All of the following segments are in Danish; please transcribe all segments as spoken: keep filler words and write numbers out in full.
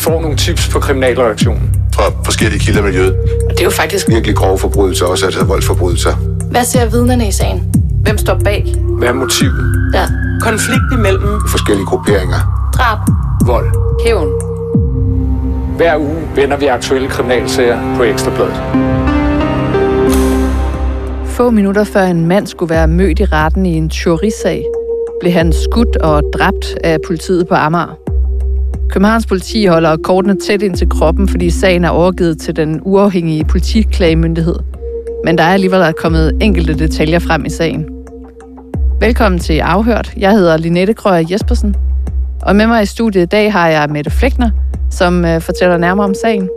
får nogle tips på kriminalreaktionen fra forskellige kilder i miljøet. Og det er jo faktisk virkelig grove forbrydelser, også altså voldsforbrydelser. Hvad ser vidnerne i sagen? Hvem står bag? Hvad er motivet? Ja. Konflikt imellem forskellige grupperinger. Drab. Vold. Hævn. Hver uge vender vi aktuelle kriminalsager på Ekstra Bladet. Få minutter før en mand skulle være mødt i retten i en tyverisag, blev han skudt og dræbt af politiet på Amager. Københavns politi holder kortene tæt ind til kroppen, fordi sagen er overgivet til den uafhængige politiklagemyndighed. Men der er alligevel kommet enkelte detaljer frem i sagen. Velkommen til Afhørt. Jeg hedder Linette Krøyer Jespersen. Og med mig i studiet i dag har jeg Mette Fleckner, som øh, fortæller nærmere om sagen.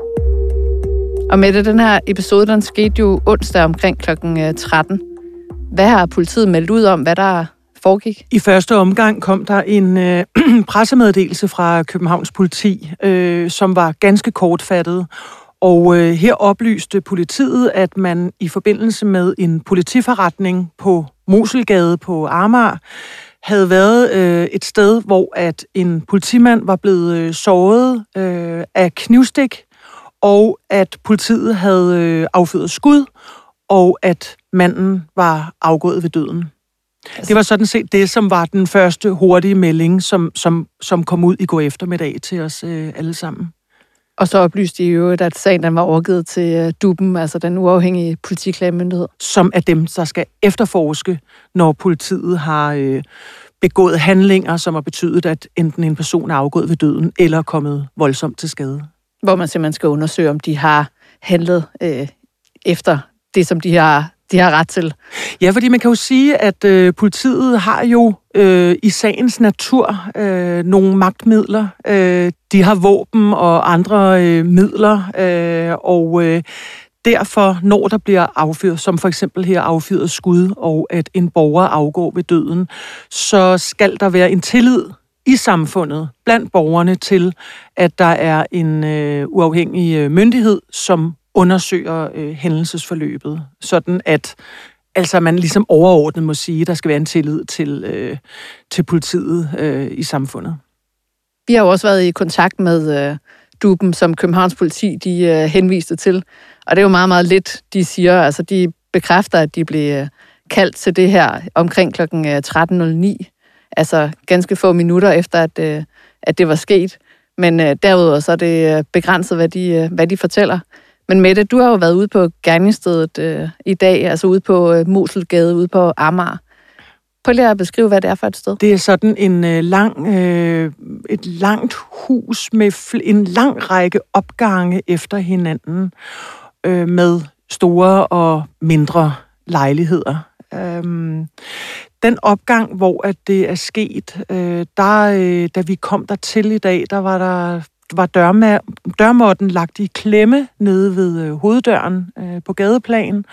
Og Mette, den her episode, den skete jo onsdag omkring klokken tretten. Hvad har politiet meldt ud om, hvad der foregik? I første omgang kom der en øh, pressemeddelelse fra Københavns politi, øh, som var ganske kortfattet. Og øh, her oplyste politiet, at man i forbindelse med en politiforretning på Moselgade på Amager havde været øh, et sted, hvor at en politimand var blevet øh, såret øh, af knivstik, og at politiet havde øh, affyret skud, og at manden var afgået ved døden. Altså, det var sådan set det, som var den første hurtige melding, som, som, som kom ud i går eftermiddag til os øh, alle sammen. Og så oplyste de jo, at sagen den var overgivet til D U B'en, altså den uafhængige politiklagemyndighed. Som er dem, der skal efterforske, når politiet har øh, begået handlinger, som har betydet, at enten en person er afgået ved døden, eller kommet voldsomt til skade. Hvor man simpelthen skal undersøge, om de har handlet øh, efter det, som de har, de har ret til. Ja, fordi man kan jo sige, at øh, politiet har jo øh, i sagens natur øh, nogle magtmidler. Øh, de har våben og andre øh, midler, øh, og øh, derfor, når der bliver affyret, som for eksempel her affyret skud, og at en borger afgår ved døden, så skal der være en tillid i samfundet, blandt borgerne, til, at der er en øh, uafhængig øh, myndighed, som undersøger øh, hændelsesforløbet, sådan at altså, man ligesom overordnet må sige, at der skal være en tillid til, øh, til politiet øh, i samfundet. Vi har jo også været i kontakt med øh, D U B'en, som Københavns politi de, øh, henviste til, og det er jo meget, meget lidt, de siger. Altså, de bekræfter, at de blev øh, kaldt til det her omkring klokken tretten nul ni, altså ganske få minutter efter, at, øh, at det var sket. Men øh, derudover så er det begrænset, hvad de, øh, hvad de fortæller. Men Mette, du har jo været ude på gerningsstedet øh, i dag, altså ude på øh, Moselgade, ude på Amager. Prøv lige at beskrive, hvad det er for et sted. Det er sådan en øh, lang, øh, et langt hus med fl- en lang række opgange efter hinanden, øh, med store og mindre lejligheder. Øhm, den opgang, hvor at det er sket, øh, der, øh, da vi kom der til i dag, der var der var dørma- dørmåtten lagt i klemme nede ved øh, hoveddøren øh, på gadeplan.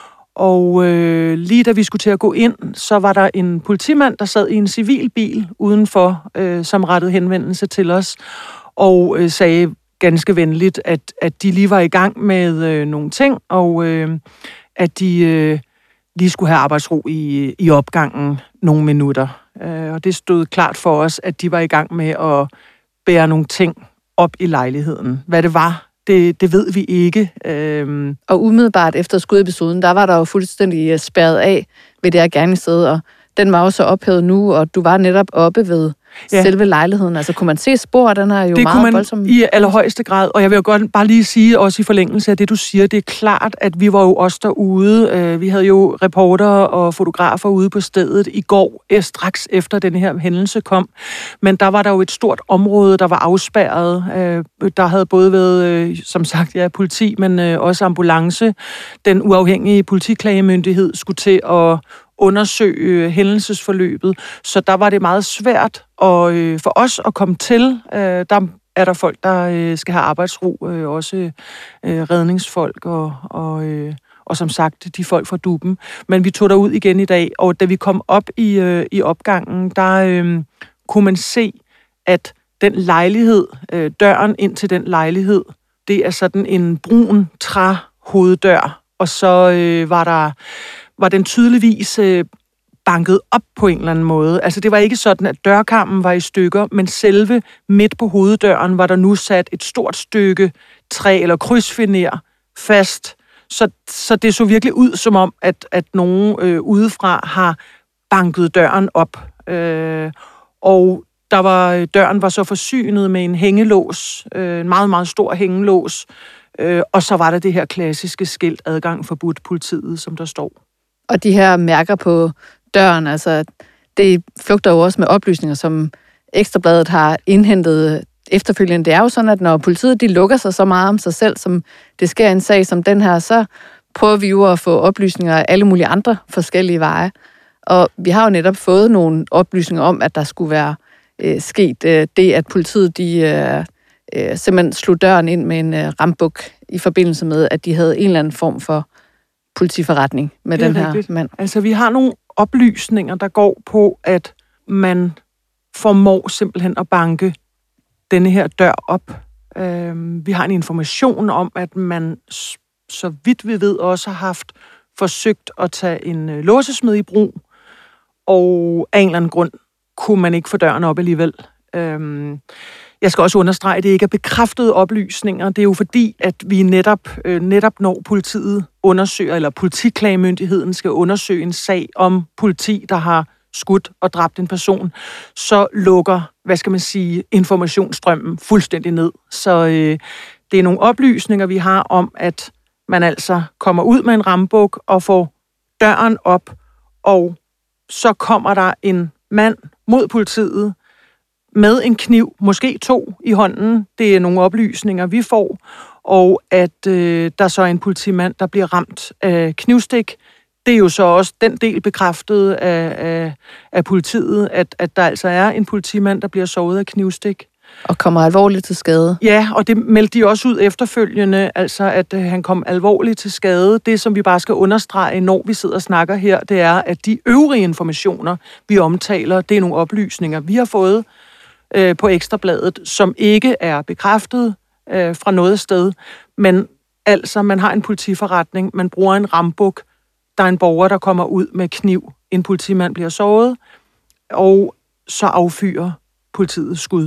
Og øh, lige da vi skulle til at gå ind, så var der en politimand, der sad i en civilbil udenfor, øh, som rettede henvendelse til os, og øh, sagde ganske venligt, at, at de lige var i gang med øh, nogle ting, og øh, at de øh, lige skulle have arbejdsro i, i opgangen nogle minutter. Øh, og det stod klart for os, at de var i gang med at bære nogle ting op i lejligheden. Hvad det var, det, det ved vi ikke. Øhm. Og umiddelbart efter skudepisoden, der var der jo fuldstændig spærret af ved det her gerningssted, og den var jo så ophævet nu, og du var netop oppe ved ja. selve lejligheden. Altså kunne man se spor, den er jo det meget voldsom. Det kunne man i allerhøjeste grad, og jeg vil jo godt bare lige sige, også i forlængelse af det, du siger, det er klart, at vi var jo også derude. Vi havde jo reportere og fotografer ude på stedet i går, straks efter den her hændelse kom. Men der var der jo et stort område, der var afspærret. Der havde både været, som sagt, ja, politi, men også ambulance. Den uafhængige politiklagemyndighed skulle til at undersøge hændelsesforløbet, så der var det meget svært og, øh, for os at komme til. Øh, der er der folk, der øh, skal have arbejdsro, øh, også øh, redningsfolk og, og, øh, og som sagt de folk fra D U B'en. Men vi tog derud igen i dag, og da vi kom op i, øh, i opgangen, der øh, kunne man se, at den lejlighed, øh, døren ind til den lejlighed, det er sådan en brun træ-hoveddør, og så øh, var der var den tydeligvis øh, banket op på en eller anden måde. Altså, det var ikke sådan, at dørkarmen var i stykker, men selve midt på hoveddøren var der nu sat et stort stykke træ eller krydsfiner fast. Så, så det så virkelig ud som om, at, at nogen øh, udefra har banket døren op. Øh, og der var, døren var så forsynet med en hængelås, øh, en meget, meget stor hængelås. Øh, og så var der det her klassiske skilt, adgang forbudt politiet, som der står. Og de her mærker på døren, altså det flugter jo også med oplysninger, som Ekstrabladet har indhentet efterfølgende. Det er jo sådan, at når politiet de lukker sig så meget om sig selv, som det sker i en sag som den her, så prøver vi jo at få oplysninger af alle mulige andre forskellige veje. Og vi har jo netop fået nogle oplysninger om, at der skulle være øh, sket øh, det, at politiet de øh, øh, simpelthen slog døren ind med en øh, rambuk i forbindelse med, at de havde en eller anden form for politiforretning med den her rigtigt. mand. Altså, vi har nogle oplysninger, der går på, at man formår simpelthen at banke denne her dør op. Øh, vi har en information om, at man, så vidt vi ved, også har haft forsøgt at tage en øh, låsesmed i brug, og af en eller anden grund kunne man ikke få døren op alligevel. Øh, Jeg skal også understrege, at det ikke er bekræftede oplysninger. Det er jo fordi, at vi netop, øh, netop når politiet undersøger, eller politiklagemyndigheden skal undersøge en sag om politi, der har skudt og dræbt en person, så lukker, hvad skal man sige, informationsstrømmen fuldstændig ned. Så øh, det er nogle oplysninger, vi har om, at man altså kommer ud med en rambuk og får døren op, og så kommer der en mand mod politiet, med en kniv, måske to i hånden. Det er nogle oplysninger, vi får. Og at øh, der så er en politimand, der bliver ramt af knivstik. Det er jo så også den del bekræftet af, af, af politiet, at, at der altså er en politimand, der bliver såret af knivstik. Og kommer alvorligt til skade. Ja, og det meldte de også ud efterfølgende, altså at øh, han kom alvorligt til skade. Det, som vi bare skal understrege, når vi sidder og snakker her, det er, at de øvrige informationer, vi omtaler, det er nogle oplysninger, vi har fået på Ekstrabladet, som ikke er bekræftet øh, fra noget sted. Men altså, man har en politiforretning, man bruger en rambuk, der er en borger, der kommer ud med kniv, en politimand bliver såret, og så affyrer politiet skud.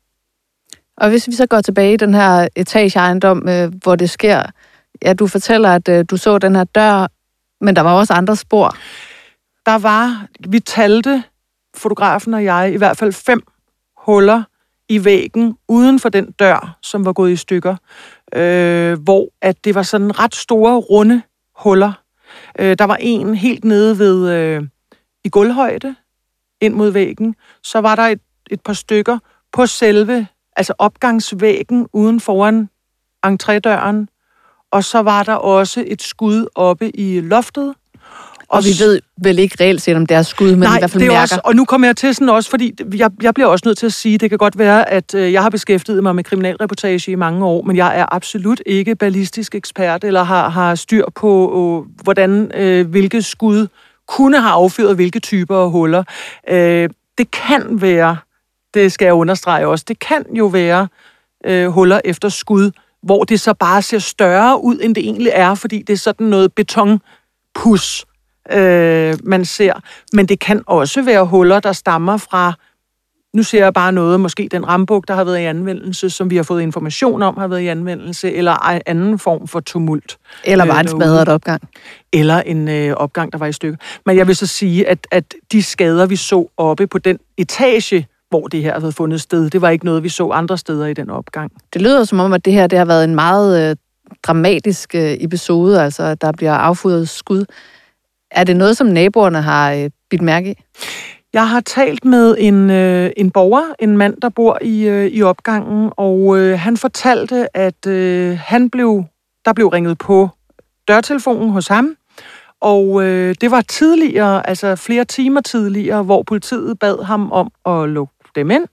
Og hvis vi så går tilbage i den her etageejendom, øh, hvor det sker, ja, du fortæller, at øh, du så den her dør, men der var også andre spor. Der var, vi talte, fotografen og jeg, i hvert fald fem huller i væggen uden for den dør, som var gået i stykker, øh, hvor at det var sådan ret store, runde huller. Øh, der var en helt nede ved øh, i gulvhøjde ind mod væggen. Så var der et, et par stykker på selve, altså opgangsvæggen uden foran entrédøren. Og så var der også et skud oppe i loftet. Og, og vi ved vel ikke reelt set, om det er skud, men nej, i hvert fald det er mærker. Også, og nu kommer jeg til sådan også, fordi jeg, jeg bliver også nødt til at sige, det kan godt være, at øh, jeg har beskæftiget mig med kriminalreportage i mange år, men jeg er absolut ikke ballistisk ekspert, eller har, har styr på, øh, hvordan, øh, hvilke skud kunne have affyret hvilke typer af huller. Øh, det kan være, det skal jeg understrege også, det kan jo være øh, huller efter skud, hvor det så bare ser større ud, end det egentlig er, fordi det er sådan noget betonpus, Øh, man ser. Men det kan også være huller, der stammer fra, nu ser jeg bare noget, måske den rambuk, der har været i anvendelse, som vi har fået information om, har været i anvendelse, eller anden form for tumult. Eller var en smadret opgang. Eller en øh, opgang, der var i stykker. Men jeg vil så sige, at, at de skader, vi så oppe på den etage, hvor det her havde fundet sted, det var ikke noget, vi så andre steder i den opgang. Det lyder som om, at det her det har været en meget øh, dramatisk øh, episode, altså at der bliver affyret skud. Er det noget, som naboerne har øh, bidt mærke i? Jeg har talt med en, øh, en borger, en mand, der bor i, øh, i opgangen, og øh, han fortalte, at øh, han blev, der blev ringet på dørtelefonen hos ham, og øh, det var tidligere, altså flere timer tidligere, hvor politiet bad ham om at lukke dem ind,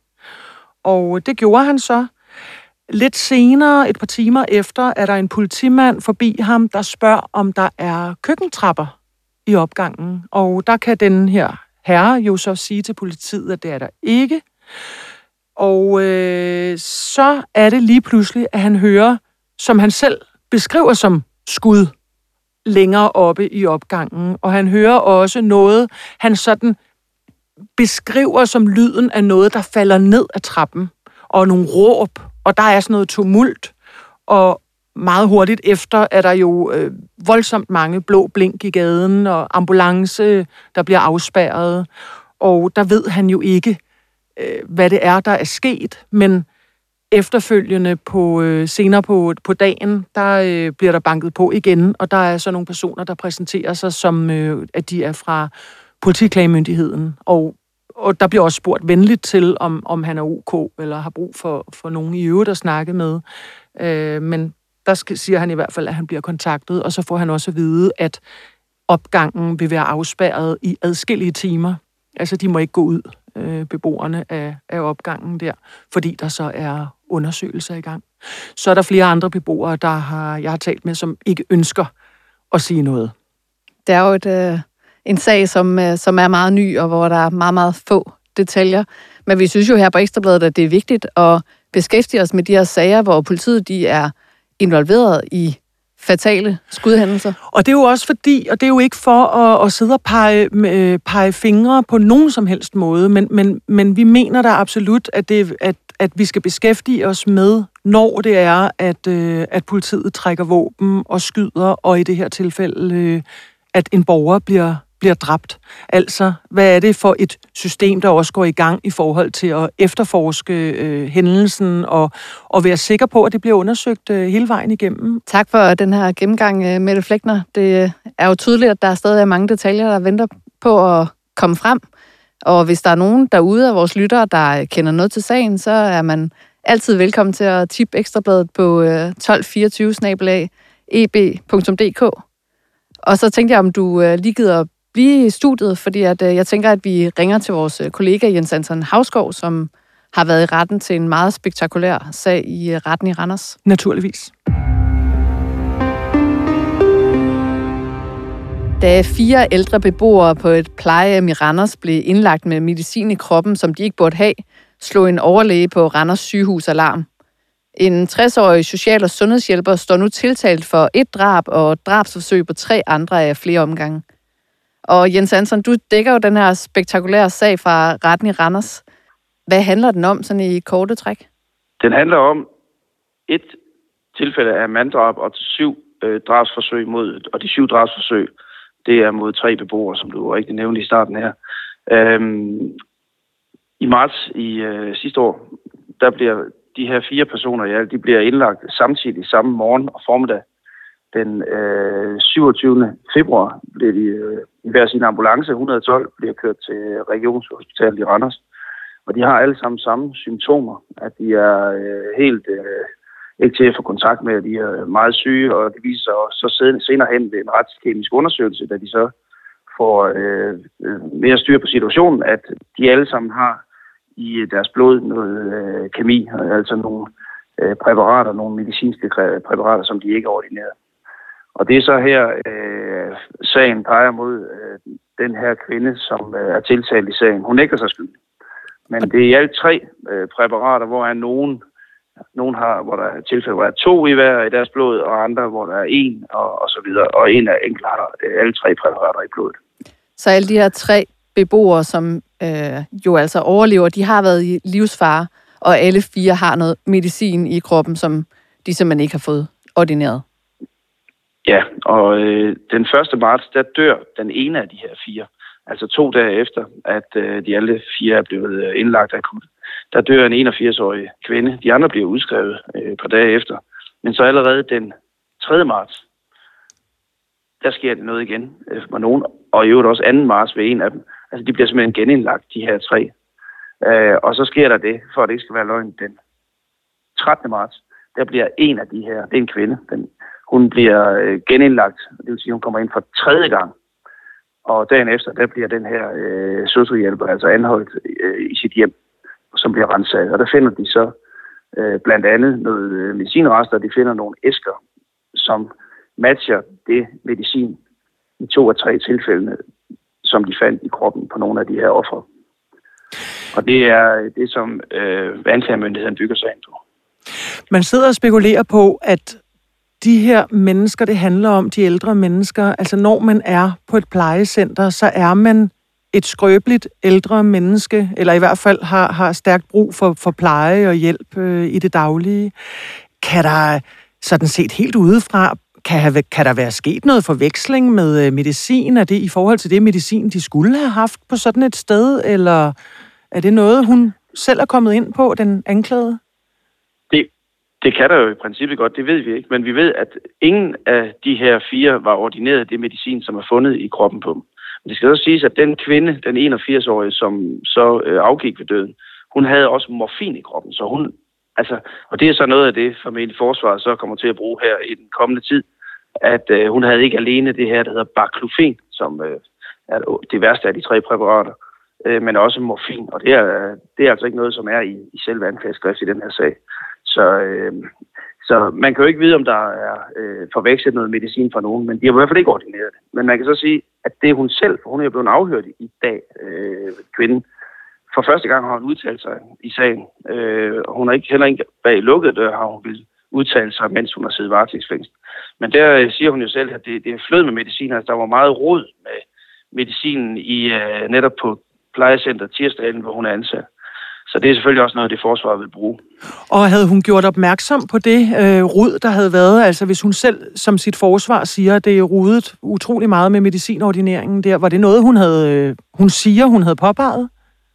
og det gjorde han så. Lidt senere, et par timer efter, er der en politimand forbi ham, der spørger, om der er køkkentrapper i opgangen. Og der kan den her herre jo så sige til politiet, at det er der ikke. Og øh, så er det lige pludselig, at han hører, som han selv beskriver som skud, længere oppe i opgangen, og han hører også noget, han sådan beskriver som lyden af noget, der falder ned ad trappen, og nogle råb, og der er sådan noget tumult, og meget hurtigt efter er der jo øh, voldsomt mange blå blink i gaden, og ambulance, der bliver afspærret, og der ved han jo ikke, øh, hvad det er, der er sket, men efterfølgende på øh, senere på, på dagen, der øh, bliver der banket på igen, og der er så nogle personer, der præsenterer sig som, øh, at de er fra politiklagemyndigheden, og, og der bliver også spurgt venligt til, om, om han er ok, eller har brug for, for nogen i øvrigt at snakke med. Øh, men der skal, siger han i hvert fald, at han bliver kontaktet, og så får han også at vide, at opgangen vil være afspærret i adskillige timer. Altså, de må ikke gå ud, øh, beboerne af, af opgangen der, fordi der så er undersøgelser i gang. Så er der flere andre beboere, der har, jeg har talt med, som ikke ønsker at sige noget. Det er jo et, øh, en sag, som, øh, som er meget ny, og hvor der er meget, meget få detaljer. Men vi synes jo her på Ekstra Bladet, at det er vigtigt at beskæftige os med de her sager, hvor politiet de er involveret i fatale skudhændelser. Og det er jo også fordi, og det er jo ikke for at, at sidde og pege, pege fingre på nogen som helst måde, men, men, men vi mener da absolut, at, det, at, at vi skal beskæftige os med, når det er, at, at politiet trækker våben og skyder, og i det her tilfælde, at en borger bliver bliver dræbt. Altså, hvad er det for et system, der også går i gang i forhold til at efterforske øh, hændelsen og, og være sikker på, at det bliver undersøgt øh, hele vejen igennem? Tak for den her gennemgang, øh, Mette Fleckner. Det er jo tydeligt, at der stadig er mange detaljer, der venter på at komme frem. Og hvis der er nogen derude af vores lyttere, der kender noget til sagen, så er man altid velkommen til at tippe Ekstrabladet på øh, tolv fireogtyve snabel-a e b punktum d k. Og så tænkte jeg, om du øh, lige gider blive i studiet, fordi at, øh, jeg tænker, at vi ringer til vores kollega Jens Anton Hausgaard, som har været i retten til en meget spektakulær sag i øh, retten i Randers. Naturligvis. Da fire ældre beboere på et plejehjem i Randers blev indlagt med medicin i kroppen, som de ikke burde have, slog en overlæge på Randers sygehus alarm. En tres-årig social- og sundhedshjælper står nu tiltalt for et drab og drabsforsøg på tre andre af flere omgange. Og Jens Anton, du dækker jo den her spektakulære sag fra retten i Randers. Hvad handler den om, sådan i korte træk? Den handler om et tilfælde af manddrab og syv øh, drabsforsøg mod, og de syv drabsforsøg, det er mod tre beboere, som du rigtig nævnte i starten her. Øhm, I marts i øh, sidste år, der bliver de her fire personer, ja, de bliver indlagt samtidig samme morgen og formiddag. Den øh, syvogtyvende februar blev de øh, i hver sin ambulance, et hundrede og tolv, bliver kørt til Regionshospitalet i Randers. Og de har alle sammen samme symptomer, at de er øh, helt øh, ikke til at få kontakt med, at de er meget syge, og det viser sig så senere hen ved en retskemisk undersøgelse, da de så får øh, mere styr på situationen, at de alle sammen har i deres blod noget øh, kemi, altså nogle øh, præparater, nogle medicinske præparater, som de ikke er ordineret. Og det er så her, øh, sagen peger mod øh, den her kvinde, som øh, er tiltalt i sagen. Hun nægter sig skyld. Men det er i alt tre øh, præparater, hvor er nogen, nogen har, hvor der er tilfælde, hvor der er to i hver i deres blod, og andre, hvor der er en, og, og så videre. Og en af enkelt har øh, alle tre præparater i blodet. Så alle de her tre beboere, som øh, jo altså overlever, de har været i livsfare, og alle fire har noget medicin i kroppen, som de simpelthen ikke har fået ordineret. Ja, og øh, den første marts, der dør den ene af de her fire. Altså to dage efter, at øh, de alle fire er blevet øh, indlagt akut. Der dør en enogfirs-årig kvinde. De andre bliver udskrevet øh, et par dage efter. Men så allerede den tredje marts, der sker det noget igen øh, med nogen. Og i øvrigt også anden marts ved en af dem. Altså de bliver simpelthen genindlagt, de her tre. Øh, og så sker der det, for at det ikke skal være løgn, den trettende marts, der bliver en af de her, det er en kvinde, den hun bliver øh, genindlagt, det vil sige, hun kommer ind for tredje gang. Og dagen efter, der bliver den her øh, sosu-hjælper altså anholdt øh, i sit hjem, som bliver renset. Og der finder de så øh, blandt andet noget øh, medicinrester, de finder nogle æsker, som matcher det medicin i to af tre tilfældene, som de fandt i kroppen på nogle af de her ofre. Og det er det, som øh, anklagemyndigheden bygger sagen på. Man sidder og spekulerer på, at de her mennesker, det handler om, de ældre mennesker, altså når man er på et plejecenter, så er man et skrøbeligt ældre menneske, eller i hvert fald har, har stærkt brug for, for pleje og hjælp øh, i det daglige. Kan der sådan set helt udefra, kan, have, kan der være sket noget forveksling med øh, medicin? Er det i forhold til det medicin, de skulle have haft på sådan et sted, eller er det noget, hun selv er kommet ind på, den anklagede? Det, det kan der jo i princippet godt, det ved vi ikke, men vi ved, at ingen af de her fire var ordineret det medicin, som er fundet i kroppen på dem. Men det skal også siges, at den kvinde, den enogfirs-årige, som så øh, afgik ved døden, hun havde også morfin i kroppen, så hun, altså, og det er så noget af det, formentlig forsvaret så kommer til at bruge her i den kommende tid, at øh, hun havde ikke alene det her, der hedder baclofen, som øh, er det værste af de tre præparater, øh, men også morfin, og det er, det er altså ikke noget, som er i, i selve anklageskrift i den her sag. Så, øh, så man kan jo ikke vide, om der er øh, forvekslet noget medicin fra nogen, men de har i hvert fald ikke ordineret det. Men man kan så sige, at det er hun selv, for hun er jo blevet afhørt i dag, øh, kvinden. For første gang har hun udtalt sig i sagen. Øh, hun har ikke, heller ikke bag lukkede dør, har hun vil udtale sig, mens hun har siddet varetægtsfængslet. Men der øh, siger hun jo selv, at det, det er flød med medicin. Altså, der var meget rod med medicinen i øh, netop på plejecenter Tirsdagen, hvor hun er ansat. Så det er selvfølgelig også noget, det forsvaret vil bruge. Og havde hun gjort opmærksom på det øh, rod, der havde været? Altså hvis hun selv som sit forsvar siger, at det er rodet utrolig meget med medicinordineringen der, var det noget, hun havde, øh, hun siger, hun havde påpeget?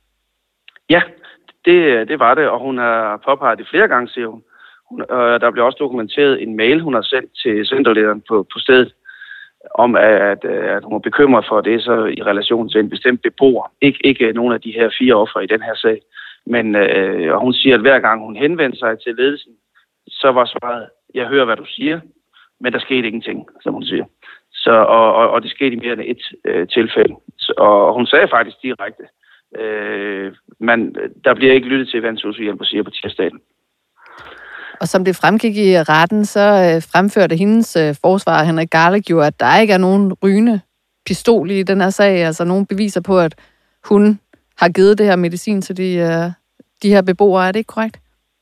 Ja, det, det var det, og hun har påpeget det flere gange, siger hun. hun øh, der blev også dokumenteret en mail, hun har sendt til centerlederen på, på stedet, om at, at hun var bekymret for det så i relation til en bestemt beboer. Ik- ikke nogen af de her fire ofre i den her sag. Men øh, hun siger, at hver gang hun henvendte sig til ledelsen, så var svaret, jeg hører, hvad du siger, men der skete ingenting, som hun siger. Så, og, og, og det skete i mere end et øh, tilfælde. Så, og hun sagde faktisk direkte, øh, man, der bliver ikke lyttet til, hvad en sociohjælper siger på tirsdagen. Og som det fremgik i retten, så øh, fremførte hendes øh, forsvarer, Henrik Garlick, jo, at der ikke er nogen rygende pistol i den her sag, altså nogen beviser på, at hun har givet det her medicin til de, øh, de her beboere. Er det ikke korrekt?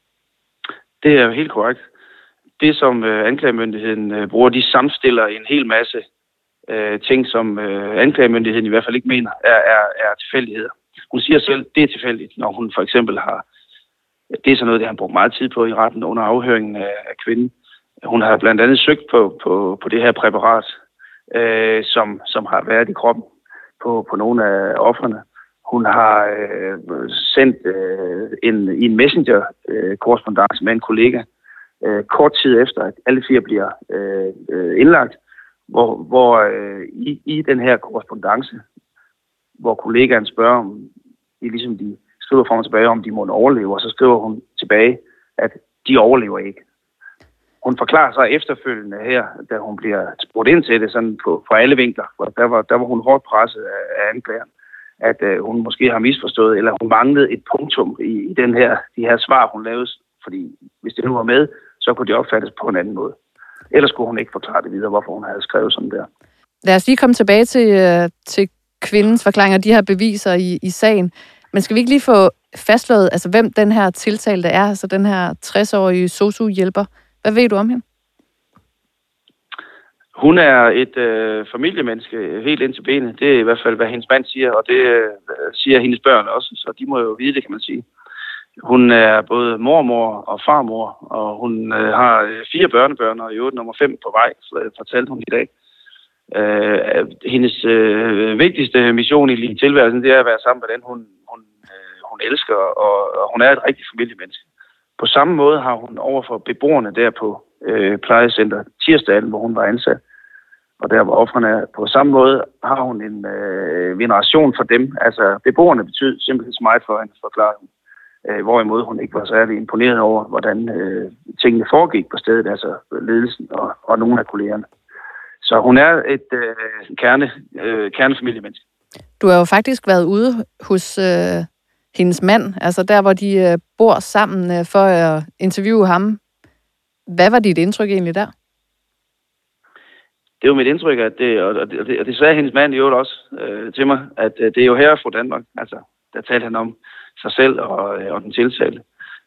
Det er helt korrekt. Det, som øh, anklagemyndigheden øh, bruger, de sammenstiller en hel masse øh, ting, som øh, anklagemyndigheden i hvert fald ikke mener, er, er, er tilfældigheder. Hun siger selv, det er tilfældigt, når hun for eksempel har... Det er sådan noget, det har han brugt meget tid på i retten under afhøringen af, af kvinden. Hun har blandt andet søgt på, på, på det her præparat, øh, som, som har været i kroppen på, på nogle af ofrene. Hun har øh, sendt øh, en, i en messenger-korrespondance øh, med en kollega, øh, kort tid efter, at alle fire bliver øh, indlagt, hvor, hvor øh, i, i den her korrespondance, hvor kollegaen spørger, om de, ligesom de skriver frem og tilbage, om de må overleve, og så skriver hun tilbage, at de overlever ikke. Hun forklarer sig efterfølgende her, da hun bliver spurgt ind til det sådan på, på alle vinkler, for der var, der var hun hårdt presset af, af anklageren, at øh, hun måske har misforstået, eller hun manglede et punktum i, i den her, de her svar, hun lavede, fordi hvis det nu var med, så kunne det opfattes på en anden måde. Ellers skulle hun ikke forklare det videre, hvorfor hun havde skrevet sådan der. Lad os lige komme tilbage til, øh, til kvindens forklaring og de her beviser i, i sagen. Men skal vi ikke lige få fastslået, altså hvem den her tiltalte er, altså den her tres-årige sosu-hjælper? Hvad ved du om hende? Hun er et øh, familiemenneske helt ind til benet. Det er i hvert fald, hvad hendes mand siger, og det øh, siger hendes børn også, så de må jo vide det, kan man sige. Hun er både mormor og farmor, og hun øh, har fire børnebørn, og i øvrigt nummer fem på vej, fortalte hun i dag. Øh, hendes øh, vigtigste mission i tilværelsen, det er at være sammen med den, hun, hun, øh, hun elsker, og, og hun er et rigtigt familiemenneske. På samme måde har hun overfor beboerne der på øh, plejecenter Tirsdagen, hvor hun var ansat, og der hvor offrene er, på samme måde har hun en øh, veneration for dem. Altså beboerne betyder simpelthen så meget for hende, forklarer hun. Øh, hvorimod hun ikke var særlig imponeret over, hvordan øh, tingene foregik på stedet, altså ledelsen og, og nogle af kollegerne. Så hun er et øh, kerne, øh, kernefamiliemenneske. Du har jo faktisk været ude hos øh, hendes mand, altså der, hvor de øh, bor sammen øh, for at interviewe ham. Hvad var dit indtryk egentlig der? Det var mit indtryk, at det, og det, og det sagde hendes mand jo også øh, til mig, at øh, det er jo her fra Danmark. Altså, der talte han om sig selv og, øh, og den tiltalte.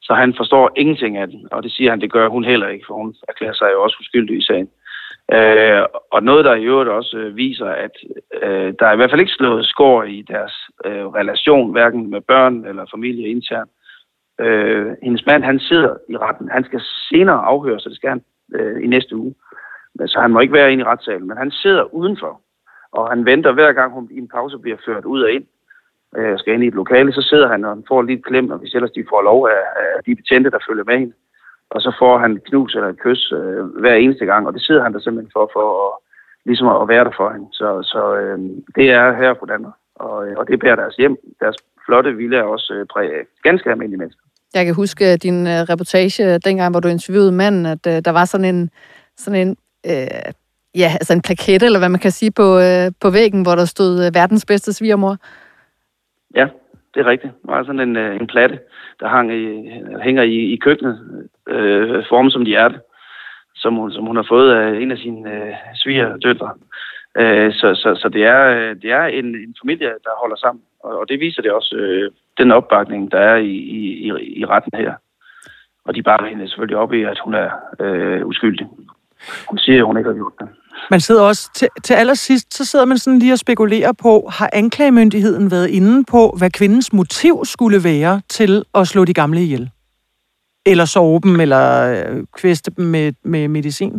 Så han forstår ingenting af den, og det siger han, det gør hun heller ikke, for hun erklærer sig jo også uskyldig i sagen. Øh, og noget, der i øvrigt også øh, viser, at øh, der er i hvert fald ikke slået skår i deres øh, relation, hverken med børn eller familie internt. Øh, hendes mand, han sidder i retten. Han skal senere afhøre, så det skal han øh, i næste uge. Så han må ikke være inde i retssalen, men han sidder udenfor, og han venter hver gang, hun i en pause bliver ført ud og ind, øh, skal ind i et lokale, så sidder han og får lidt klem, og hvis ellers de får lov af, af de betjente, der følger med hende. Og så får han et knus eller et kys øh, hver eneste gang, og det sidder han der simpelthen for, for at, ligesom at være der for hende. Så, så øh, det er her på Danmark, og, og det bærer deres hjem. Deres flotte villa er også øh, præg af ganske almindelige mennesker. Jeg kan huske din øh, reportage, dengang hvor du interviewede manden, at øh, der var sådan en, sådan en, øh, ja, altså en plakette, eller hvad man kan sige, på, øh, på væggen, hvor der stod øh, verdens bedste svigermor. Ja, det er rigtigt. Der var sådan en, øh, en platte, der hang i, hænger i, i køkkenet, øh, formet som de hjerte, som hun, som hun har fået af en af sine øh, svigerdøtre. Øh, så, så, så det er, det er en, en familie, der holder sammen, og, og det viser det også, øh, den opbakning, der er i, i, i retten her. Og de bakker hende selvfølgelig op i, at hun er øh, uskyldig. Hun siger, at hun ikke har gjort det. Man sidder også, til, til allersidst, så sidder man sådan lige og spekulerer på, har anklagemyndigheden været inde på, hvad kvindens motiv skulle være til at slå de gamle ihjel? Eller sove dem, eller øh, kvæste dem med, med medicin?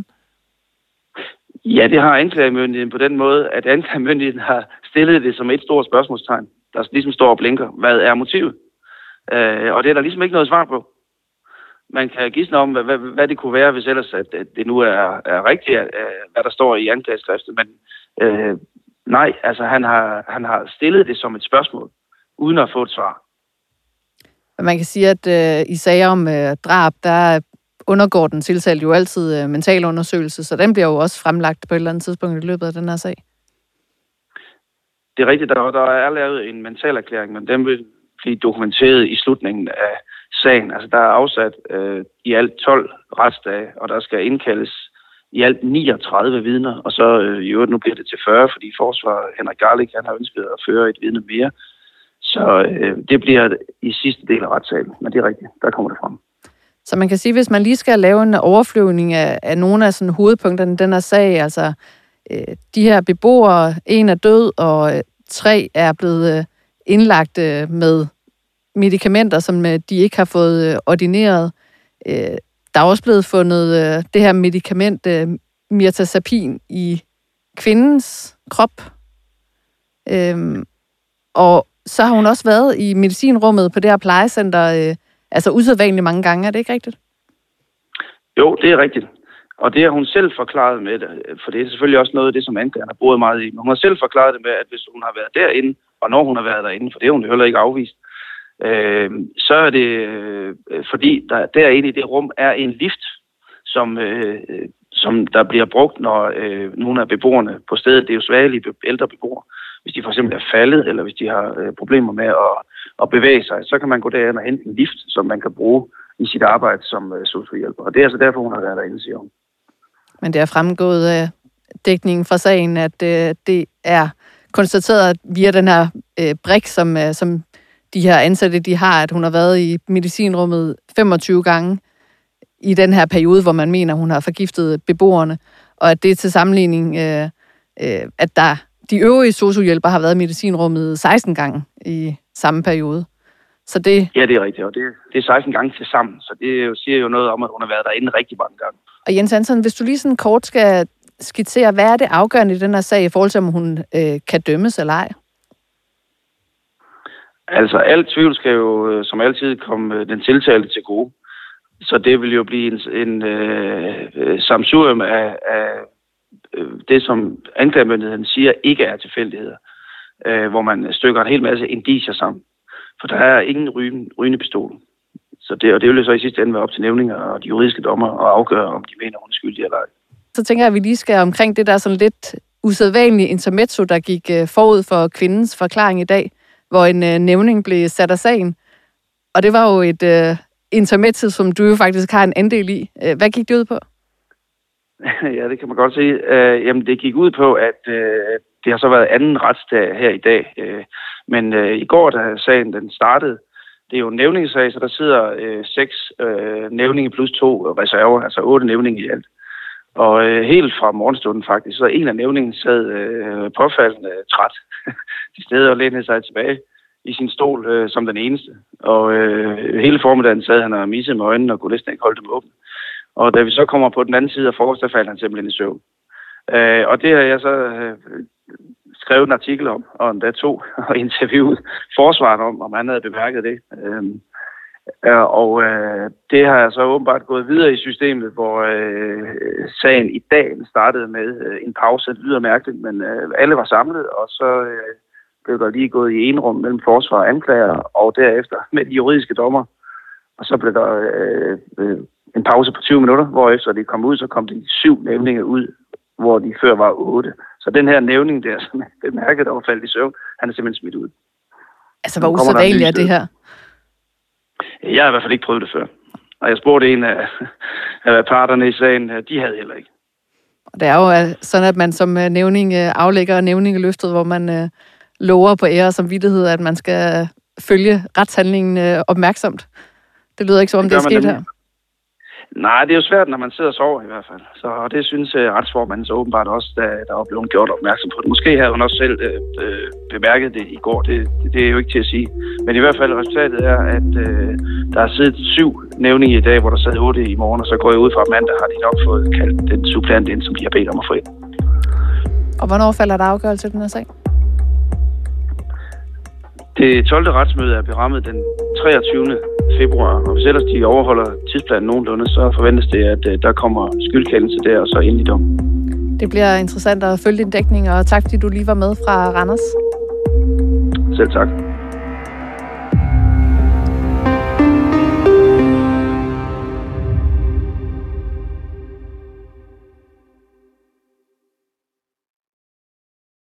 Ja, det har anklagemyndigheden på den måde, at anklagemyndigheden har stillet det som et stort spørgsmålstegn, der ligesom står og blinker. Hvad er motivet? Øh, og det er der ligesom ikke noget svar på. Man kan gisne om, hvad, hvad, hvad det kunne være, hvis ellers at, at det nu er, er rigtigt, at, hvad der står i anklageskriftet. Men øh, nej, altså han har, han har stillet det som et spørgsmål, uden at få et svar. Man kan sige, at øh, i sager om øh, drab, der undergår den tiltalte jo altid øh, mentalundersøgelse, så den bliver jo også fremlagt på et eller andet tidspunkt i løbet af den her sag. Det er rigtigt, der, der er lavet en mentalerklæring, men den vil blive dokumenteret i slutningen af sagen. Altså, der er afsat øh, i alt tolv retsdage, og der skal indkaldes i alt niogtredive vidner, og så øh, i øvrigt nu bliver det til fyrre, fordi forsvarer Henrik Garlik, han har ønsket at føre et vidne mere. Så øh, det bliver i sidste del af retssagen, men det er rigtigt, der kommer det frem. Så man kan sige, hvis man lige skal lave en overflyvning af, af nogle af sådan hovedpunkterne i den her sag, altså øh, de her beboere, en er død, og øh, tre er blevet øh, indlagt øh, med medicamenter, som øh, de ikke har fået øh, ordineret. Øh, der er også blevet fundet øh, det her medicament, øh, mirtazapin, i kvindens krop. Øh, og så har hun også været i medicinrummet på det her plejecenter, øh, altså usædvanligt mange gange, er det ikke rigtigt? Jo, det er rigtigt. Og det har hun selv forklaret med det, for det er selvfølgelig også noget af det, som anklageren har brugt meget i. Men hun har selv forklaret det med, at hvis hun har været derinde, og når hun har været derinde, for det har hun heller ikke afvist, øh, så er det øh, fordi, der derinde i det rum er en lift, som, øh, som der bliver brugt, når øh, nogle af beboerne på stedet, det er jo svagelige ældre beboere, hvis de for eksempel er faldet, eller hvis de har øh, problemer med at, at bevæge sig, så kan man gå derind og hente en lift, som man kan bruge i sit arbejde som øh, sosu-hjælper. Og det er altså derfor, hun har været derinde, siger hun. Men det er fremgået af dækningen fra sagen, at øh, det er konstateret via den her øh, brik, som, øh, som de her ansatte, de har, at hun har været i medicinrummet femogtyve gange i den her periode, hvor man mener, hun har forgiftet beboerne, og at det er til sammenligning, øh, øh, at der de øvrige sosu-hjælpere har været i medicinrummet seksten gange i samme periode. Så det... Ja, det er rigtigt, og det, det er seksten gange til sammen, så det siger jo noget om, at hun har været derinde rigtig mange gange. Og Jens Hansen, hvis du lige sådan kort skal skitsere, hvad er det afgørende i den her sag, i forhold til, om hun øh, kan dømmes eller ej? Altså, alt tvivl skal jo som altid komme den tiltalte til gode. Så det vil jo blive en, en øh, samsurium af, af det, som anklagemyndigheden siger, ikke er tilfældigheder, øh, hvor man stykker en hel masse indicier sammen. For der er ingen rygende, rygende pistol. Så det, og det vil jo så i sidste ende være op til nævninger og de juridiske dommer at afgøre, om de mener, hun er skyldig eller ej. Så tænker jeg, at vi lige skal omkring det der sådan lidt usædvanlige intermezzo, der gik forud for kvindens forklaring i dag, hvor en øh, nævning blev sat af sagen. Og det var jo et øh, intermezzo, som du jo faktisk har en andel i. Hvad gik det ud på? Ja, det kan man godt sige. Uh, jamen, det gik ud på, at uh, det har så været anden retsdag her i dag. Uh, men uh, i går, da sagen den startede, det er jo en nævningesag, så der sidder øh, seks øh, nævninge plus to reserver, altså otte nævninge i alt. Og øh, helt fra morgenstunden faktisk, så en af nævningen sad øh, påfaldende øh, træt til stede og lænede sig tilbage i sin stol øh, som den eneste. Og øh, hele formiddagen sad han og missede med øjnene og kunne næsten ikke holde dem åbne. Og da vi så kommer på den anden side af forårs, der faldt han simpelthen i søvn. Øh, og det har jeg så øh, skrevet en artikel om, og endda to, og interviewet forsvaret om, om han havde bemærket det. Øh, og øh, det har jeg så åbenbart gået videre i systemet, hvor øh, sagen i dag startede med øh, en pause. Det lyder mærkeligt, men øh, alle var samlet, og så øh, blev der lige gået i enrum mellem forsvar og anklager, og derefter med de juridiske dommer. Og så blev der øh, øh, en pause på tyve minutter, hvor efter de kom ud, så kom de syv nævninge ud, hvor de før var otte. Så den her nævning der, som jeg bemærkede, der var faldet i søvn, han er simpelthen smidt ud. Altså, hvor usædvanligt er det her? Jeg har i hvert fald ikke prøvet det før. Og jeg spurgte en af, af parterne i sagen, de havde heller ikke. Det er jo sådan, at man som nævning aflægger nævningeløftet, hvor man øh, lover på ære og samvittighed, at man skal følge retshandlingen øh, opmærksomt. Det lyder ikke som om, det, det er sket her. Nej, det er jo svært, når man sidder og sover i hvert fald. Så og det synes uh, retsformanden så åbenbart også, da der var blevet gjort opmærksom på det. Måske havde hun også selv uh, bemærket det i går. Det, det, det er jo ikke til at sige. Men i hvert fald resultatet er, at uh, der er siddet syv nævninge i dag, hvor der sad otte i morgen, og så går jeg ud fra mandag, har de nok fået kaldt den suppleant ind, som de har bedt om at få ind. Og hvornår falder der afgørelse til den her sag? Det tolvte retsmøde er berammet den treogtyvende februar, og hvis ellers de overholder tidsplanen nogenlunde, så forventes det, at der kommer skyldkendelse der, og så endelig dom. Det bliver interessant at følge din dækning, og tak fordi du lige var med fra Randers. Selv tak.